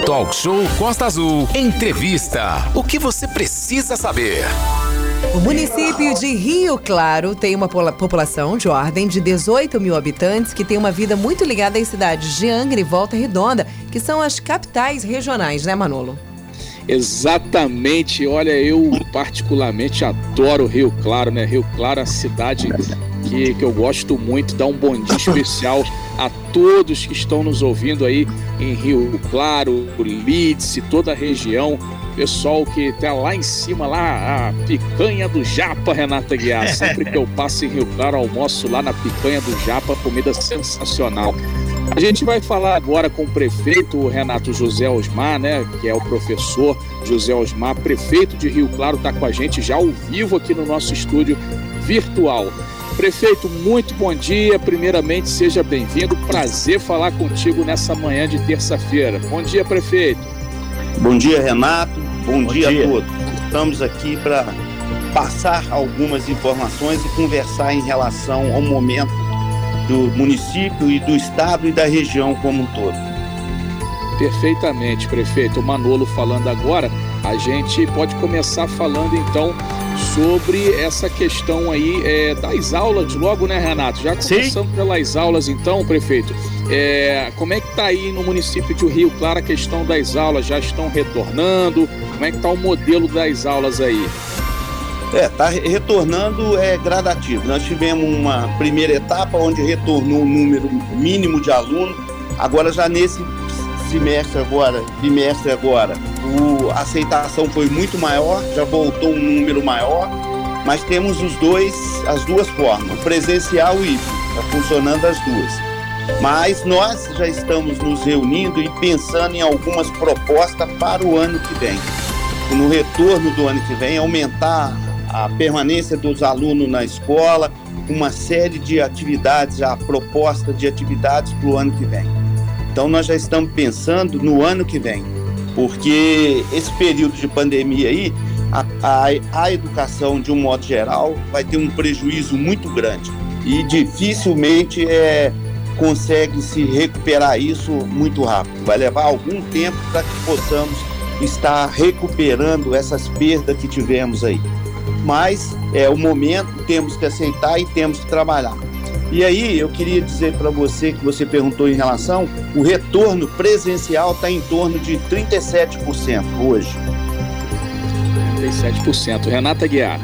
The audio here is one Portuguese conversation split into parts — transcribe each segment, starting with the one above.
Talk Show Costa Azul. Entrevista. O que você precisa saber? O município de Rio Claro tem uma população de ordem de 18 mil habitantes que tem uma vida muito ligada às cidades de Angra e Volta Redonda, que são as capitais regionais, né, Manolo? Exatamente, olha, eu particularmente adoro Rio Claro, né? Rio Claro é a cidade que eu gosto muito, dá um bom dia especial a todos que estão nos ouvindo aí em Rio Claro, Lídice, toda a região, pessoal que tá lá em cima, lá a Picanha do Japa, Renata Guiar, sempre que eu passo em Rio Claro, almoço lá na Picanha do Japa, comida sensacional. A gente vai falar agora com o prefeito Renato José Osmar, né, que é o professor José Osmar, prefeito de Rio Claro, está com a gente já ao vivo aqui no nosso estúdio virtual. Prefeito, muito bom dia, primeiramente seja bem-vindo, prazer falar contigo nessa manhã de terça-feira. Bom dia, prefeito. Bom dia, Renato, bom dia a todos. Estamos aqui para passar algumas informações e conversar em relação ao momento do município e do estado e da região como um todo. Perfeitamente, prefeito. O Manolo falando agora, a gente pode começar falando então sobre essa questão aí das aulas logo, né, Renato? Já começando pelas aulas então, prefeito, como é que está aí no município de Rio Claro a questão das aulas? Já estão retornando? Como é que está o modelo das aulas aí? Está retornando gradativo. Nós tivemos uma primeira etapa onde retornou um número mínimo de alunos. Agora já nesse bimestre agora, a aceitação foi muito maior, já voltou um número maior, mas temos as duas formas, o presencial e híbrido, está funcionando as duas. Mas nós já estamos nos reunindo e pensando em algumas propostas para o ano que vem. No retorno do ano que vem, aumentar a permanência dos alunos na escola, uma série de atividades, a proposta de atividades para o ano que vem. Então nós já estamos pensando no ano que vem, porque esse período de pandemia aí, a educação de um modo geral vai ter um prejuízo muito grande e dificilmente consegue se recuperar isso muito rápido. Vai levar algum tempo para que possamos estar recuperando essas perdas que tivemos aí. Mas é o momento, temos que aceitar e temos que trabalhar. E aí eu queria dizer para você, que você perguntou em relação, o retorno presencial está em torno de 37% hoje. 37%. Renata Guiar.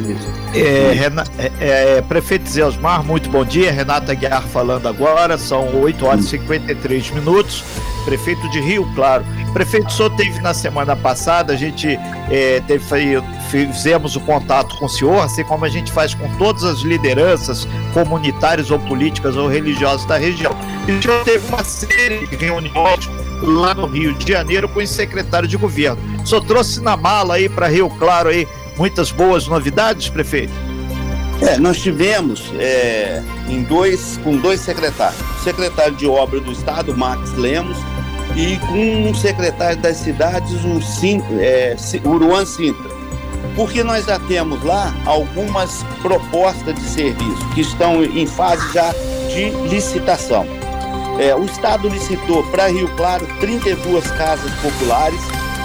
Prefeito Zé Osmar, muito bom dia. Renata Guiar falando agora, são 8 horas e 53 minutos. Prefeito de Rio Claro. Prefeito, o senhor teve na semana passada, a gente fizemos o contato com o senhor, assim como a gente faz com todas as lideranças comunitárias ou políticas ou religiosas da região. E o senhor teve uma série de reuniões lá no Rio de Janeiro com o secretário de governo. O senhor trouxe na mala aí para Rio Claro aí muitas boas novidades, prefeito? Nós tivemos com dois secretários. O secretário de obra do estado, Max Lemos, e com um secretário das cidades, o Uruan Sintra. Porque nós já temos lá algumas propostas de serviço que estão em fase já de licitação. O estado licitou para Rio Claro 32 casas populares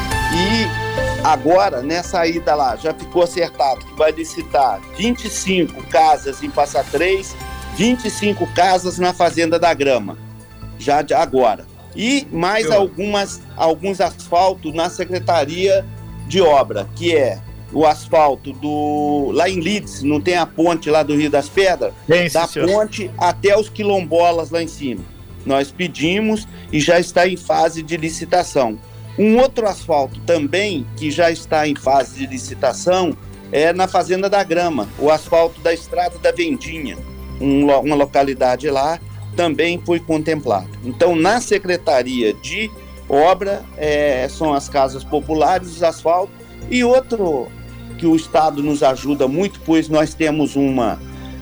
e agora, nessa ida lá, já ficou acertado que vai licitar 25 casas em Passa Três, 25 casas na Fazenda da Grama, já de agora. E mais alguns asfaltos na Secretaria de Obra, que é o asfalto lá em Lídice, não tem a ponte lá do Rio das Pedras? Ponte até os quilombolas lá em cima. Nós pedimos e já está em fase de licitação. Um outro asfalto também que já está em fase de licitação é na Fazenda da Grama, o asfalto da Estrada da Vendinha, uma localidade lá, também foi contemplado. Então, na Secretaria de Obra, são as casas populares, os asfaltos, e outro que o Estado nos ajuda muito, pois nós temos uma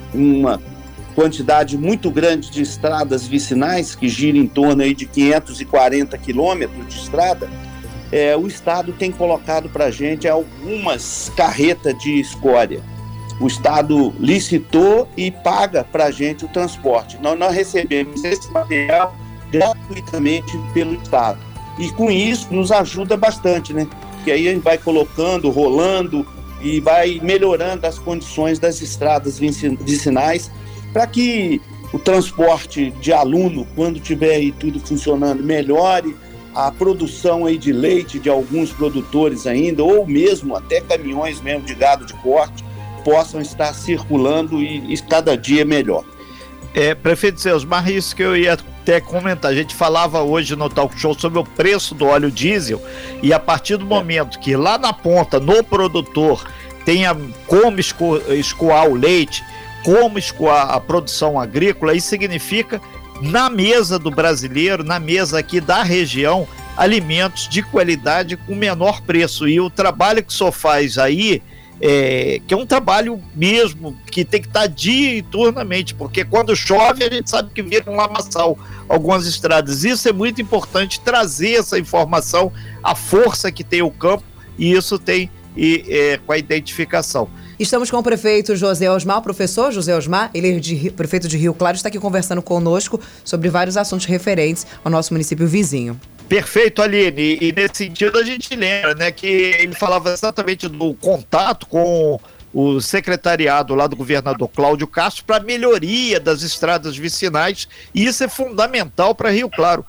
quantidade muito grande de estradas vicinais, que gira em torno aí de 540 quilômetros de estrada. O Estado tem colocado para a gente algumas carretas de escória. O Estado licitou e paga para a gente o transporte. Nós recebemos esse material gratuitamente pelo Estado. e com isso nos ajuda bastante, né? Que aí a gente vai colocando, rolando e vai melhorando as condições das estradas vicinais para que o transporte de aluno, quando tiver aí tudo funcionando, melhore, a produção aí de leite de alguns produtores ainda, ou mesmo até caminhões mesmo de gado de corte, possam estar circulando e cada dia melhor. Prefeito Zé Osmar, isso que eu ia até comentar. A gente falava hoje no Talk Show sobre o preço do óleo diesel, e a partir do momento que lá na ponta, no produtor, tenha como escoar o leite, como escoar a produção agrícola, isso significa, na mesa do brasileiro, na mesa aqui da região, alimentos de qualidade com menor preço. E o trabalho que o senhor faz aí, que é um trabalho mesmo que tem que estar diuturnamente, porque quando chove a gente sabe que vira um lamaçal algumas estradas. Isso é muito importante, trazer essa informação, a força que tem o campo, e isso tem com a identificação. Estamos com o prefeito José Osmar, o professor José Osmar, ele é prefeito de Rio Claro, está aqui conversando conosco sobre vários assuntos referentes ao nosso município vizinho. Perfeito, Aline, e nesse sentido a gente lembra, né, que ele falava exatamente do contato com o secretariado lá do governador Cláudio Castro para melhoria das estradas vicinais, e isso é fundamental para Rio Claro.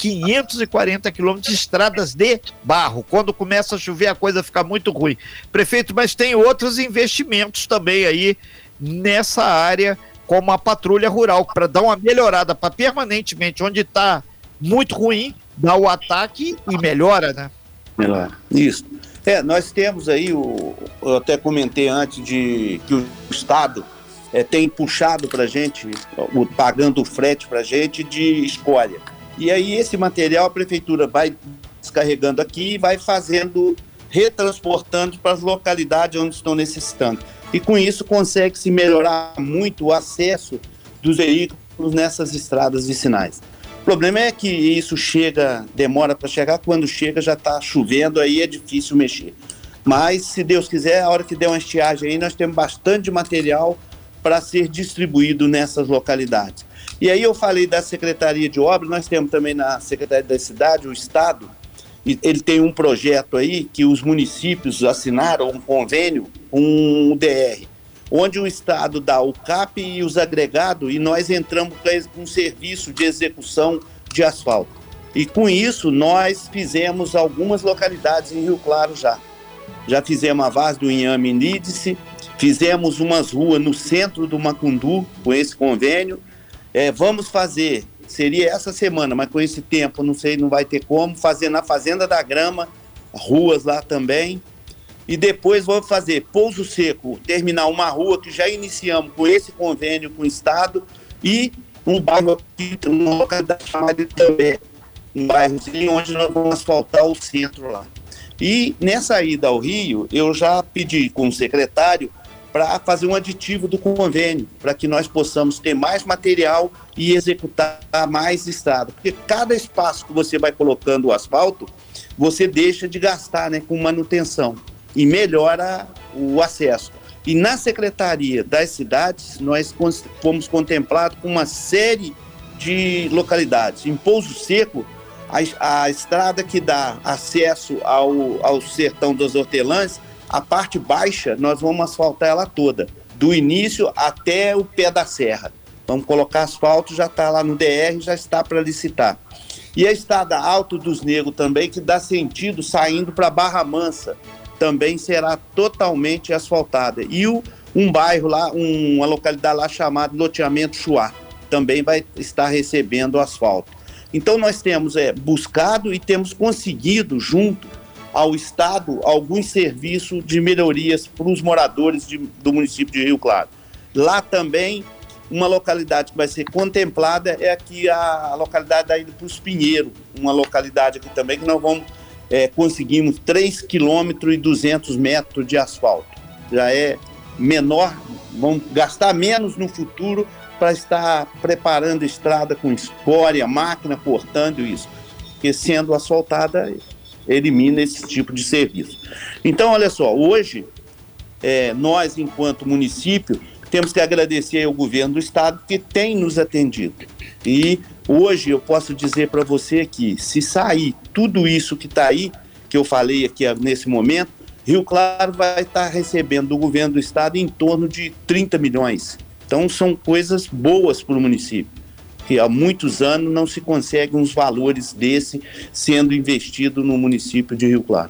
540 quilômetros de estradas de barro. Quando começa a chover a coisa fica muito ruim. Prefeito, mas tem outros investimentos também aí nessa área, como a patrulha rural, para dar uma melhorada, para permanentemente, onde está muito ruim, dar o ataque e melhora, né? Melhora. Isso. Nós temos aí, eu até comentei antes que o Estado tem puxado para a gente, pagando o frete para a gente de escória. E aí esse material a prefeitura vai descarregando aqui e vai retransportando para as localidades onde estão necessitando. E com isso consegue-se melhorar muito o acesso dos veículos nessas estradas vicinais. O problema é que isso demora para chegar, quando chega já está chovendo, aí é difícil mexer. Mas, se Deus quiser, a hora que der uma estiagem aí, nós temos bastante material para ser distribuído nessas localidades. E aí eu falei da Secretaria de Obras, nós temos também na Secretaria da Cidade, o Estado, e ele tem um projeto aí que os municípios assinaram um convênio com o DR, onde o Estado dá o CAP e os agregados, e nós entramos com um serviço de execução de asfalto. E com isso nós fizemos algumas localidades em Rio Claro já. Já fizemos a Vaz do Inhame em Lídice, fizemos umas ruas no centro do Macundu com esse convênio. Vamos fazer, seria essa semana, mas com esse tempo, não sei, não vai ter como, fazer na Fazenda da Grama, ruas lá também. E depois vamos fazer Pouso Seco, terminar uma rua que já iniciamos com esse convênio com o Estado, e um bairro aqui, uma localidade chamada Itambé, um bairrozinho onde nós vamos asfaltar o centro lá. E nessa ida ao Rio, eu já pedi com o secretário para fazer um aditivo do convênio, para que nós possamos ter mais material e executar mais estrada. Porque cada espaço que você vai colocando o asfalto, você deixa de gastar, né, com manutenção e melhora o acesso. E na Secretaria das Cidades, nós fomos contemplados com uma série de localidades. Em Pouso Seco, a estrada que dá acesso ao sertão das hortelãs, a parte baixa, nós vamos asfaltar ela toda, do início até o pé da serra. Vamos colocar asfalto, já está lá no DR, já está para licitar. E a estrada Alto dos Negros também, que dá sentido saindo para Barra Mansa, também será totalmente asfaltada. E um bairro lá, uma localidade lá chamada Loteamento Chuá, também vai estar recebendo asfalto. Então nós temos buscado e temos conseguido, junto ao Estado, alguns serviços de melhorias para os moradores do município de Rio Claro. Lá também, uma localidade que vai ser contemplada é aqui a localidade da Ilha dos Pinheiros, uma localidade aqui também que nós conseguimos 3,2 km de asfalto. Já é menor, vamos gastar menos no futuro para estar preparando a estrada com escória, máquina cortando isso, porque sendo asfaltada elimina esse tipo de serviço. Então, olha só, hoje nós, enquanto município, temos que agradecer ao governo do estado que tem nos atendido. E hoje eu posso dizer para você que se sair tudo isso que está aí, que eu falei aqui nesse momento, Rio Claro vai estar recebendo do governo do estado em torno de 30 milhões. Então são coisas boas para o município, que há muitos anos não se conseguem uns valores desse sendo investido no município de Rio Claro.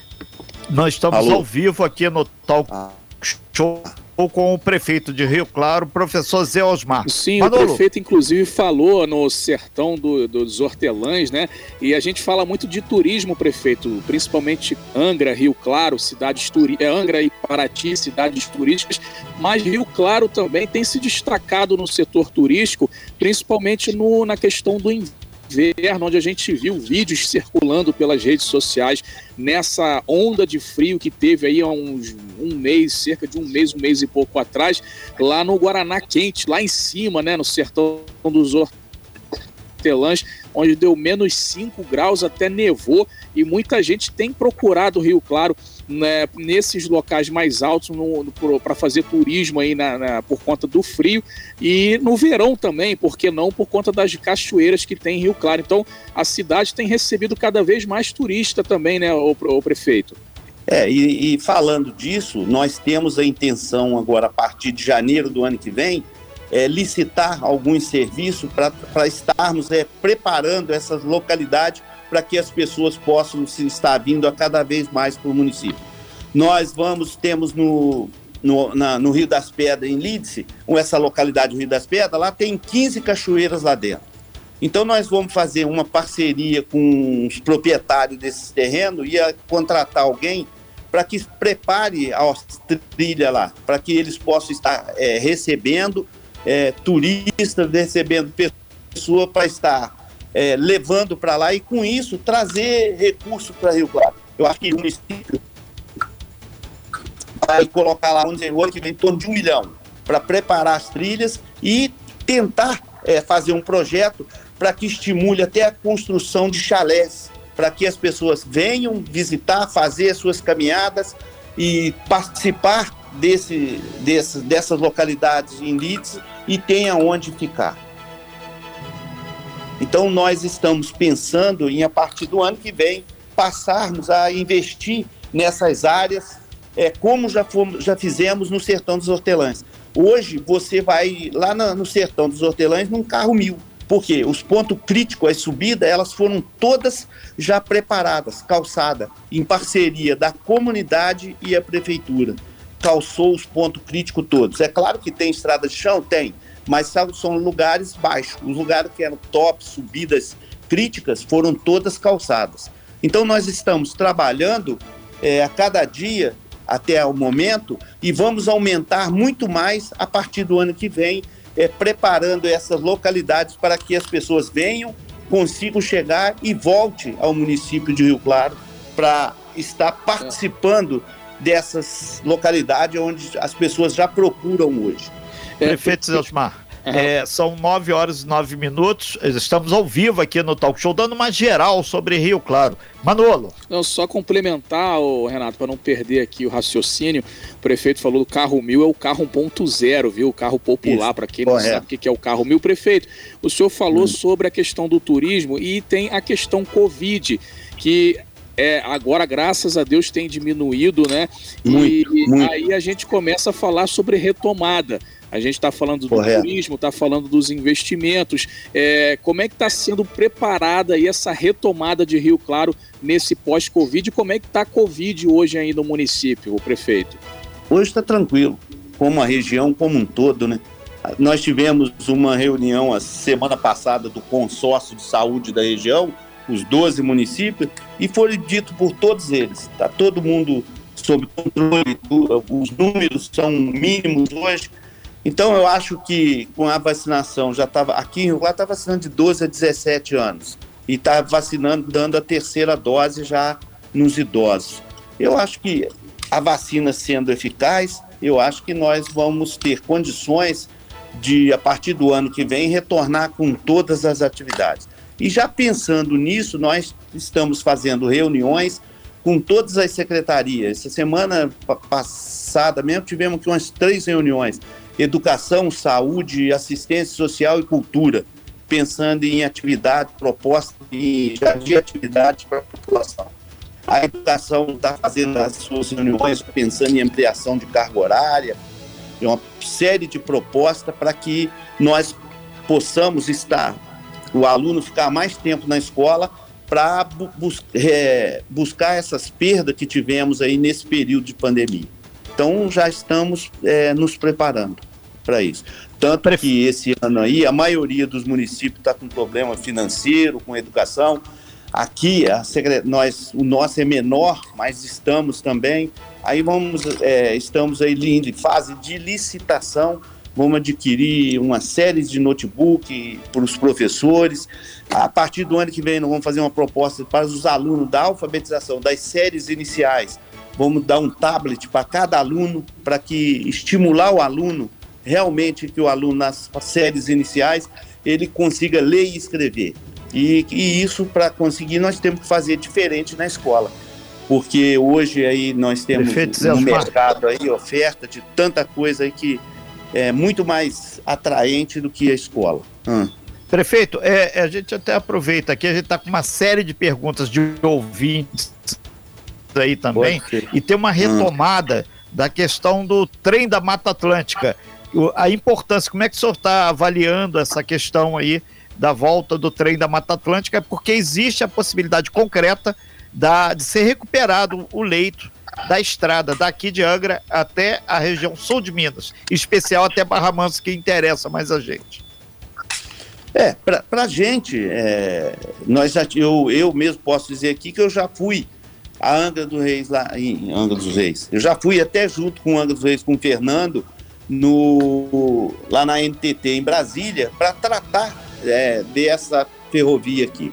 Nós estamos ao vivo aqui no Talk Show com o prefeito de Rio Claro, professor Zé Osmar. Sim, Manolo. O prefeito inclusive falou no sertão dos Hortelãs, né? E a gente fala muito de turismo, prefeito, principalmente Angra, Rio Claro, Angra e Paraty, cidades turísticas, mas Rio Claro também tem se destacado no setor turístico, principalmente na questão do inverno, onde a gente viu vídeos circulando pelas redes sociais nessa onda de frio que teve aí há um mês, cerca de um mês e pouco atrás, lá no Guaraná Quente, lá em cima, né, no sertão dos Hortelãs, onde deu menos 5 graus, até nevou, e muita gente tem procurado Rio Claro, né, nesses locais mais altos para fazer turismo aí por conta do frio, e no verão também, por que não, por conta das cachoeiras que tem em Rio Claro. Então a cidade tem recebido cada vez mais turista também, né, o prefeito? E falando disso, nós temos a intenção agora, a partir de janeiro do ano que vem, licitar alguns serviços para estarmos preparando essas localidades para que as pessoas possam estar vindo a cada vez mais para o município. Nós temos no Rio das Pedras, em Lídice, essa localidade do Rio das Pedras, lá tem 15 cachoeiras lá dentro. Então nós vamos fazer uma parceria com os proprietários desses terrenos e contratar alguém para que prepare a trilha lá, para que eles possam estar recebendo turistas, recebendo pessoas para estar levando para lá e com isso trazer recursos para Rio Claro. Eu acho que o município vai colocar lá, vamos dizer, o ano que vem, em torno de 1 milhão para preparar as trilhas e tentar fazer um projeto para que estimule até a construção de chalés, para que as pessoas venham visitar, fazer as suas caminhadas e participar dessas localidades em Lídice e tenha onde ficar. Então nós estamos pensando em, a partir do ano que vem, passarmos a investir nessas áreas, como já fizemos no Sertão dos Hortelãs. Hoje você vai lá no Sertão dos Hortelãs num carro 1000, porque os pontos críticos, as subidas, elas foram todas já preparadas, calçadas, em parceria da comunidade e a prefeitura. Calçou os pontos críticos todos. É claro que tem estrada de chão? Tem, mas são lugares baixos. Os lugares que eram top, subidas críticas, foram todas calçadas. Então nós estamos trabalhando a cada dia até o momento e vamos aumentar muito mais a partir do ano que vem, preparando essas localidades para que as pessoas venham, consigam chegar e volte ao município de Rio Claro para estar participando dessas localidades onde as pessoas já procuram hoje. Prefeito Zé Osmar, são 9h09, estamos ao vivo aqui no Talk Show, dando uma geral sobre Rio Claro. Manolo. Não, só complementar, Renato, para não perder aqui o raciocínio, o prefeito falou do carro 1000, é o carro 1.0, viu? O carro popular, para quem não sabe o que é o carro 1000. Prefeito, o senhor falou sobre a questão do turismo e tem a questão Covid, que agora, graças a Deus, tem diminuído, né? Muito. Aí a gente começa a falar sobre retomada. A gente está falando do turismo, está falando dos investimentos. Como é que está sendo preparada aí essa retomada de Rio Claro nesse pós-Covid? Como é que está a Covid hoje aí no município, o prefeito? Hoje está tranquilo, como a região como um todo, né? Nós tivemos uma reunião a semana passada do consórcio de saúde da região, os 12 municípios, e foi dito por todos eles. Está todo mundo sob controle, os números são mínimos hoje. Então eu acho que com a vacinação já estava, aqui em Rio Claro está vacinando de 12 a 17 anos e está vacinando, dando a terceira dose já nos idosos. Eu acho que a vacina sendo eficaz, eu acho que nós vamos ter condições de, a partir do ano que vem, retornar com todas as atividades. E já pensando nisso, nós estamos fazendo reuniões com todas as secretarias. Essa semana passada mesmo tivemos aqui umas 3 reuniões: Educação, Saúde, Assistência Social e Cultura. pensando em atividade, proposta de atividade para a população. A educação está fazendo as suas reuniões pensando em ampliação de carga horária, uma série de propostas para que nós possamos o aluno ficar mais tempo na escola para buscar essas perdas que tivemos aí nesse período de pandemia. Então, já estamos nos preparando para isso. Tanto que esse ano aí, a maioria dos municípios está com problema financeiro, com educação. Aqui, o nosso é menor, mas estamos também. Aí estamos aí em fase de licitação. Vamos adquirir uma série de notebook para os professores. A partir do ano que vem, nós vamos fazer uma proposta para os alunos da alfabetização das séries iniciais. Vamos dar um tablet para cada aluno, para estimular o aluno, realmente que o aluno nas séries iniciais, ele consiga ler e escrever. E isso, para conseguir, nós temos que fazer diferente na escola. Porque hoje aí nós temos no mercado aí oferta de tanta coisa aí que é muito mais atraente do que a escola. Prefeito, a gente até aproveita aqui, a gente está com uma série de perguntas de ouvintes aí também, e tem uma retomada da questão do trem da Mata Atlântica. A importância, como é que o senhor está avaliando essa questão aí da volta do trem da Mata Atlântica? Porque existe a possibilidade concreta de ser recuperado o leito da estrada daqui de Angra até a região sul de Minas, em especial até Barra Mansa, que interessa mais a gente. Para a gente, eu mesmo posso dizer aqui que eu já fui a Angra dos Reis, lá em Angra dos Reis. Eu já fui até junto com Angra dos Reis, com o Fernando, lá na NTT em Brasília, para tratar dessa ferrovia aqui.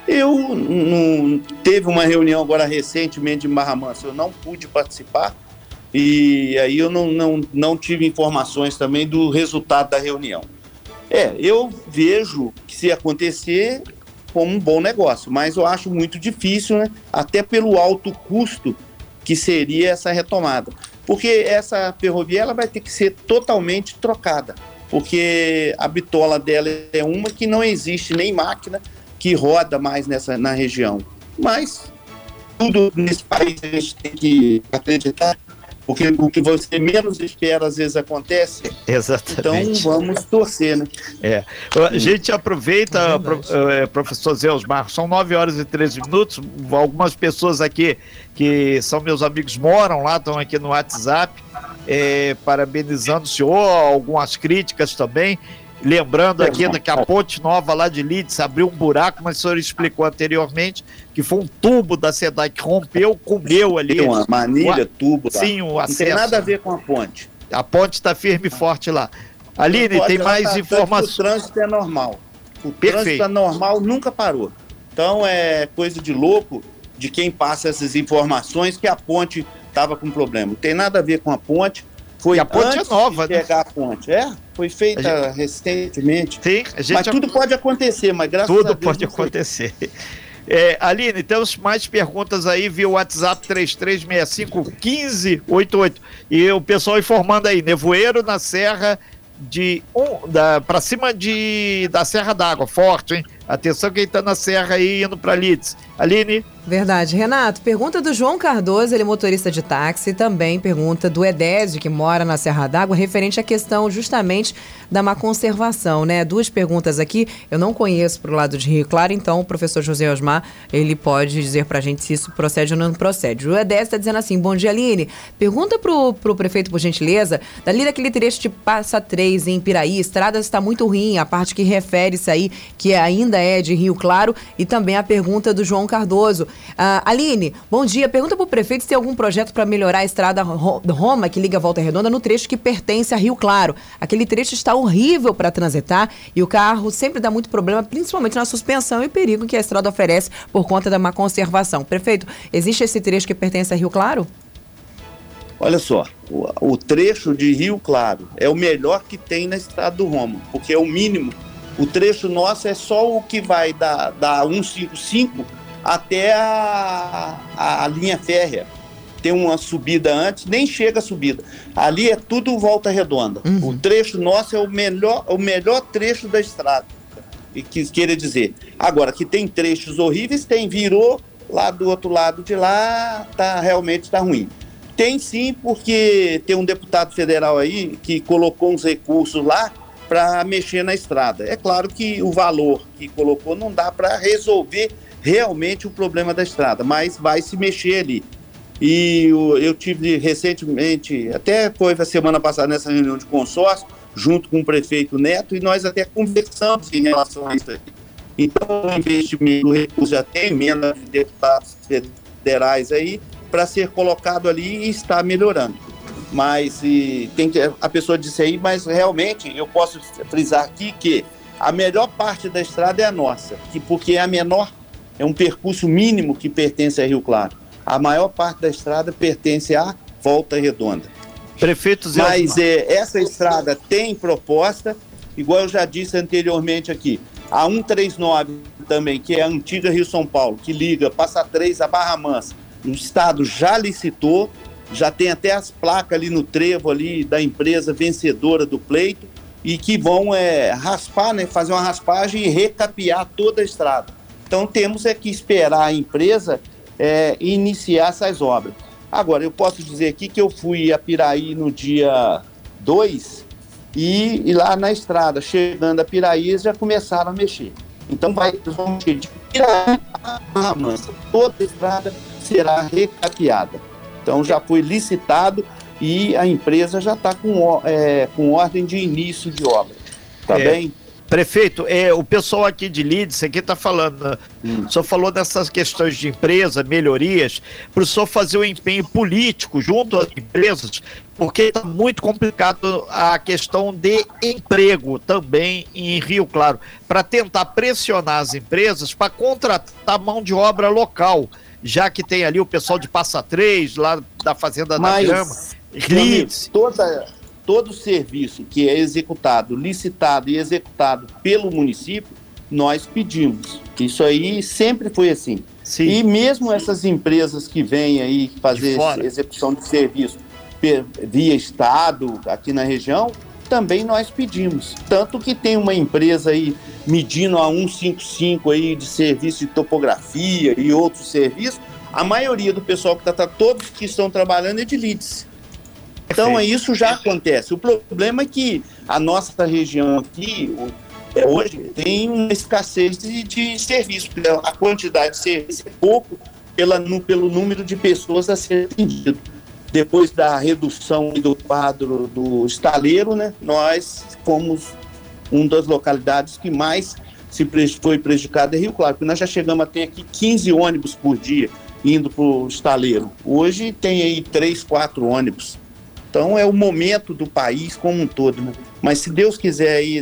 Teve uma reunião agora recentemente em Barra Mansa, eu não pude participar, e aí eu não tive informações também do resultado da reunião. Eu vejo que se acontecer como um bom negócio, mas eu acho muito difícil, né? Até pelo alto custo que seria essa retomada. Porque essa ferrovia ela vai ter que ser totalmente trocada, porque a bitola dela é uma que não existe nem máquina que roda mais na região. Mas tudo nesse país a gente tem que acreditar, porque o que você menos espera às vezes acontece. Exatamente. Então vamos torcer, né? A gente aproveita, professor Zé Osmar, são 9h13, algumas pessoas aqui que são meus amigos moram lá, estão aqui no WhatsApp, parabenizando o senhor, algumas críticas também. Lembrando aqui que a ponte nova lá de Leeds abriu um buraco, mas o senhor explicou anteriormente que foi um tubo da SEDAI que rompeu, comeu ali. Uma manilha, tubo lá. Sim, o acesso. Não tem nada a ver com a ponte. A ponte está firme e forte lá. Aline, tem mais informações. O trânsito é normal. O trânsito é normal, nunca parou. Então é coisa de louco de quem passa essas informações que a ponte estava com problema. Não tem nada a ver com a ponte. A ponte é nova, né? Pegar a ponte. Foi feita recentemente. Sim, mas tudo pode acontecer, mas graças a Deus. Tudo pode acontecer. Aline, temos mais perguntas aí via WhatsApp 3365-1588. E o pessoal informando aí, nevoeiro na serra para cima da Serra d'Água, forte, hein? Atenção quem tá na serra aí indo para Leeds. Aline? Verdade. Renato, pergunta do João Cardoso, ele é motorista de táxi, também pergunta do Edésio, que mora na Serra d'Água, referente à questão justamente da má conservação, né? Duas perguntas aqui, eu não conheço pro lado de Rio Claro, então o professor José Osmar, ele pode dizer pra gente se isso procede ou não procede. O Edésio tá dizendo assim, bom dia, Aline, pergunta pro prefeito, por gentileza, dali daquele trecho de Passa 3 em Piraí, a estrada está muito ruim, a parte que refere-se aí, que ainda é de Rio Claro, e também a pergunta do João Cardoso. Aline, bom dia. Pergunta para o prefeito se tem algum projeto para melhorar a estrada Roma, que liga a Volta Redonda, no trecho que pertence a Rio Claro. Aquele trecho está horrível para transitar e o carro sempre dá muito problema, principalmente na suspensão e perigo que a estrada oferece por conta da má conservação. Prefeito, existe esse trecho que pertence a Rio Claro? Olha só, o trecho de Rio Claro é o melhor que tem na estrada do Roma, porque é o mínimo. O trecho nosso é só o que vai da 155 até a linha férrea. Tem uma subida antes, nem chega a subida. Ali é tudo Volta Redonda. O trecho nosso é o melhor trecho da estrada. que queira dizer. Agora, que tem trechos horríveis, virou lá do outro lado de lá, realmente está ruim. Tem sim, porque tem um deputado federal aí que colocou uns recursos lá para mexer na estrada. É claro que o valor que colocou não dá para resolver realmente o problema da estrada, mas vai se mexer ali. E eu tive recentemente, até foi a semana passada nessa reunião de consórcio, junto com o prefeito Neto, e nós até conversamos em relação a isso aqui. Então, o investimento, o recurso já tem emenda de deputados federais aí para ser colocado ali e está melhorando. Mas a pessoa disse aí, mas realmente eu posso frisar aqui que a melhor parte da estrada é a nossa, porque é a menor, é um percurso mínimo que pertence a Rio Claro. A maior parte da estrada pertence à Volta Redonda. Prefeito Zé Mas essa estrada tem proposta, igual eu já disse anteriormente aqui, a 139 também, que é a antiga Rio-São Paulo, que liga Passa Três a Barra Mansa. O Estado já licitou, já tem até as placas ali no trevo ali da empresa vencedora do pleito e que vão raspar, né, fazer uma raspagem e recapear toda a estrada. Então temos que esperar a empresa iniciar essas obras. Agora, eu posso dizer aqui que eu fui a Piraí no dia 2 e lá na estrada, chegando a Piraí, já começaram a mexer. Então vão mexer de Piraí a Barra Mansa. Toda a estrada será recapeada. Então já foi licitado e a empresa já está com ordem de início de obra. Tá bem? Prefeito, o pessoal aqui de Lídice aqui está falando, o senhor falou dessas questões de empresa, melhorias, para o senhor fazer o empenho político junto às empresas, porque está muito complicado a questão de emprego também em Rio Claro, para tentar pressionar as empresas para contratar mão de obra local, já que tem ali o pessoal de Passa Três, lá da Fazenda da Grama, Lídice. Todo serviço que é executado, licitado e executado pelo município, nós pedimos. Isso aí sempre foi assim. Sim. E mesmo essas empresas que vêm aí fazer execução de serviço via Estado, aqui na região, também nós pedimos. Tanto que tem uma empresa aí medindo a 155 aí de serviço de topografia e outros serviços, a maioria do pessoal todos que estão trabalhando é de Lídice. Então, isso já acontece. O problema é que a nossa região aqui, hoje, tem uma escassez de serviço. A quantidade de serviço é pouco pelo número de pessoas a ser atendido. Depois da redução do quadro do estaleiro, né, nós fomos uma das localidades que mais foi prejudicada é Rio Claro, porque nós já chegamos a ter aqui 15 ônibus por dia indo para o estaleiro. Hoje tem aí 3, 4 ônibus. Então é o momento do país como um todo, né? Mas se Deus quiser aí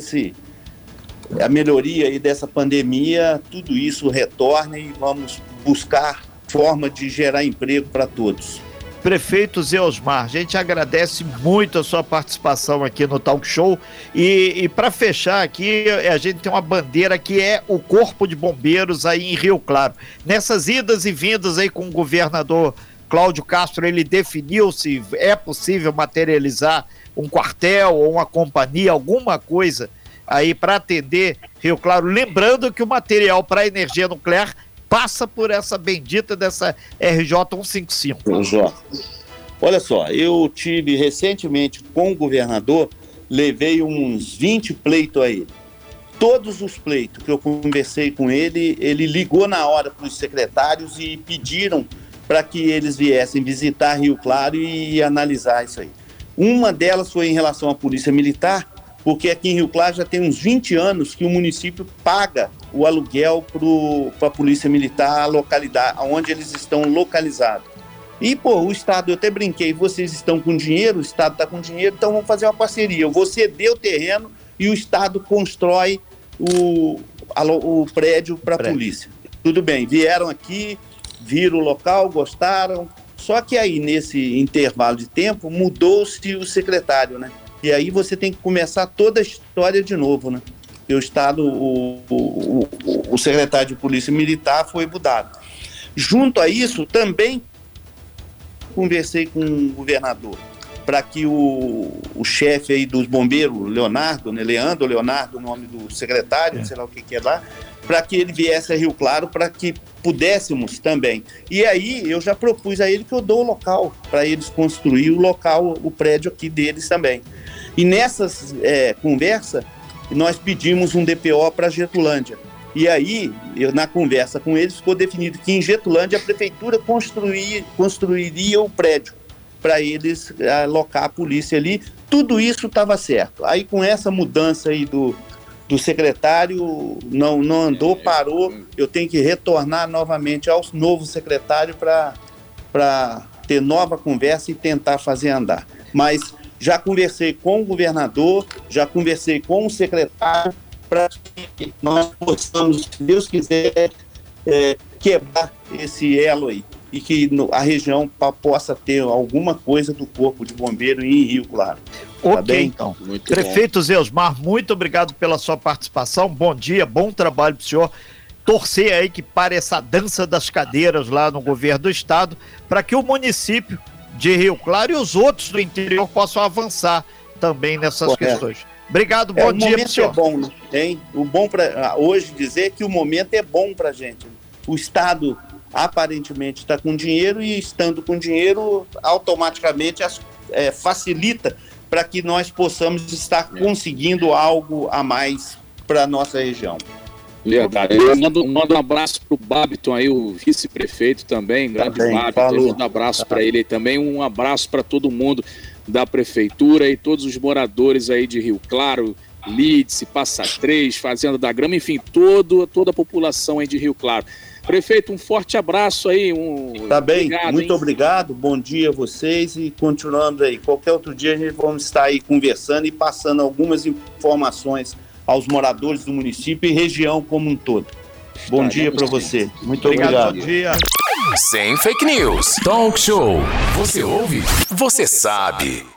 a melhoria aí dessa pandemia, tudo isso retorna e vamos buscar forma de gerar emprego para todos. Prefeito Zé Osmar, a gente agradece muito a sua participação aqui no Talk Show e para fechar aqui, a gente tem uma bandeira que é o Corpo de Bombeiros aí em Rio Claro. Nessas idas e vindas aí com o governador Cláudio Castro, ele definiu se é possível materializar um quartel ou uma companhia, alguma coisa aí para atender Rio Claro. Lembrando que o material para energia nuclear passa por essa bendita dessa RJ 155. Olha só, eu tive recentemente com o governador, levei uns 20 pleitos a ele. Todos os pleitos que eu conversei com ele, ele ligou na hora para os secretários e pediram para que eles viessem visitar Rio Claro e analisar isso aí. Uma delas foi em relação à Polícia Militar, porque aqui em Rio Claro já tem uns 20 anos que o município paga o aluguel para a Polícia Militar, a localidade, onde eles estão localizados. E, o Estado, eu até brinquei, vocês estão com dinheiro, o Estado está com dinheiro, então vamos fazer uma parceria. Eu vou ceder o terreno e o Estado constrói o prédio para a polícia. Tudo bem, vieram aqui, viram o local, gostaram, só que aí nesse intervalo de tempo mudou-se o secretário, né? E aí você tem que começar toda a história de novo, né? E o Estado, o secretário de Polícia Militar foi mudado. Junto a isso, também conversei com o governador. para que o chefe aí dos bombeiros, Leonardo, né? Leonardo, o nome do secretário, sei lá o que é lá, para que ele viesse a Rio Claro, para que pudéssemos também. E aí eu já propus a ele que eu dou o local para eles construir o prédio aqui deles também. E nessas conversas, nós pedimos um DPO para Getulândia. E aí, na conversa com eles, ficou definido que em Getulândia a prefeitura construiria o prédio para eles alocar a polícia ali. Tudo isso estava certo. Aí com essa mudança aí do secretário, não andou, parou. Eu tenho que retornar novamente ao novo secretário para ter nova conversa e tentar fazer andar. Mas já conversei com o governador, já conversei com o secretário, para que nós possamos, se Deus quiser, quebrar esse elo aí e que a região possa ter alguma coisa do Corpo de Bombeiro em Rio Claro. Ok, tá bem? então. Muito Prefeito Zeusmar, muito obrigado pela sua participação. Bom dia, bom trabalho para o senhor. Torcer aí que pare essa dança das cadeiras lá no governo do estado, para que o município de Rio Claro e os outros do interior possam avançar também nessas questões. Obrigado, bom dia para o senhor. O momento é bom, hein? O bom para hoje dizer que o momento é bom para a gente. O Estado aparentemente está com dinheiro e, estando com dinheiro, automaticamente facilita para que nós possamos estar conseguindo algo a mais para a nossa região. Verdade. Eu mando um abraço para o Babiton aí, o vice-prefeito também, grande Babiton. Um abraço para ele aí também. Um abraço para todo mundo da prefeitura e todos os moradores aí de Rio Claro, Lídice, Passa Três, Fazenda da Grama, enfim, toda a população aí de Rio Claro. Prefeito, um forte abraço aí. Tá bem, muito obrigado, bom dia a vocês e continuando aí. Qualquer outro dia a gente vamos estar aí conversando e passando algumas informações aos moradores do município e região como um todo. Bom dia para você. Muito obrigado. Bom dia. Sem fake news. Talk show. Você ouve? Você sabe.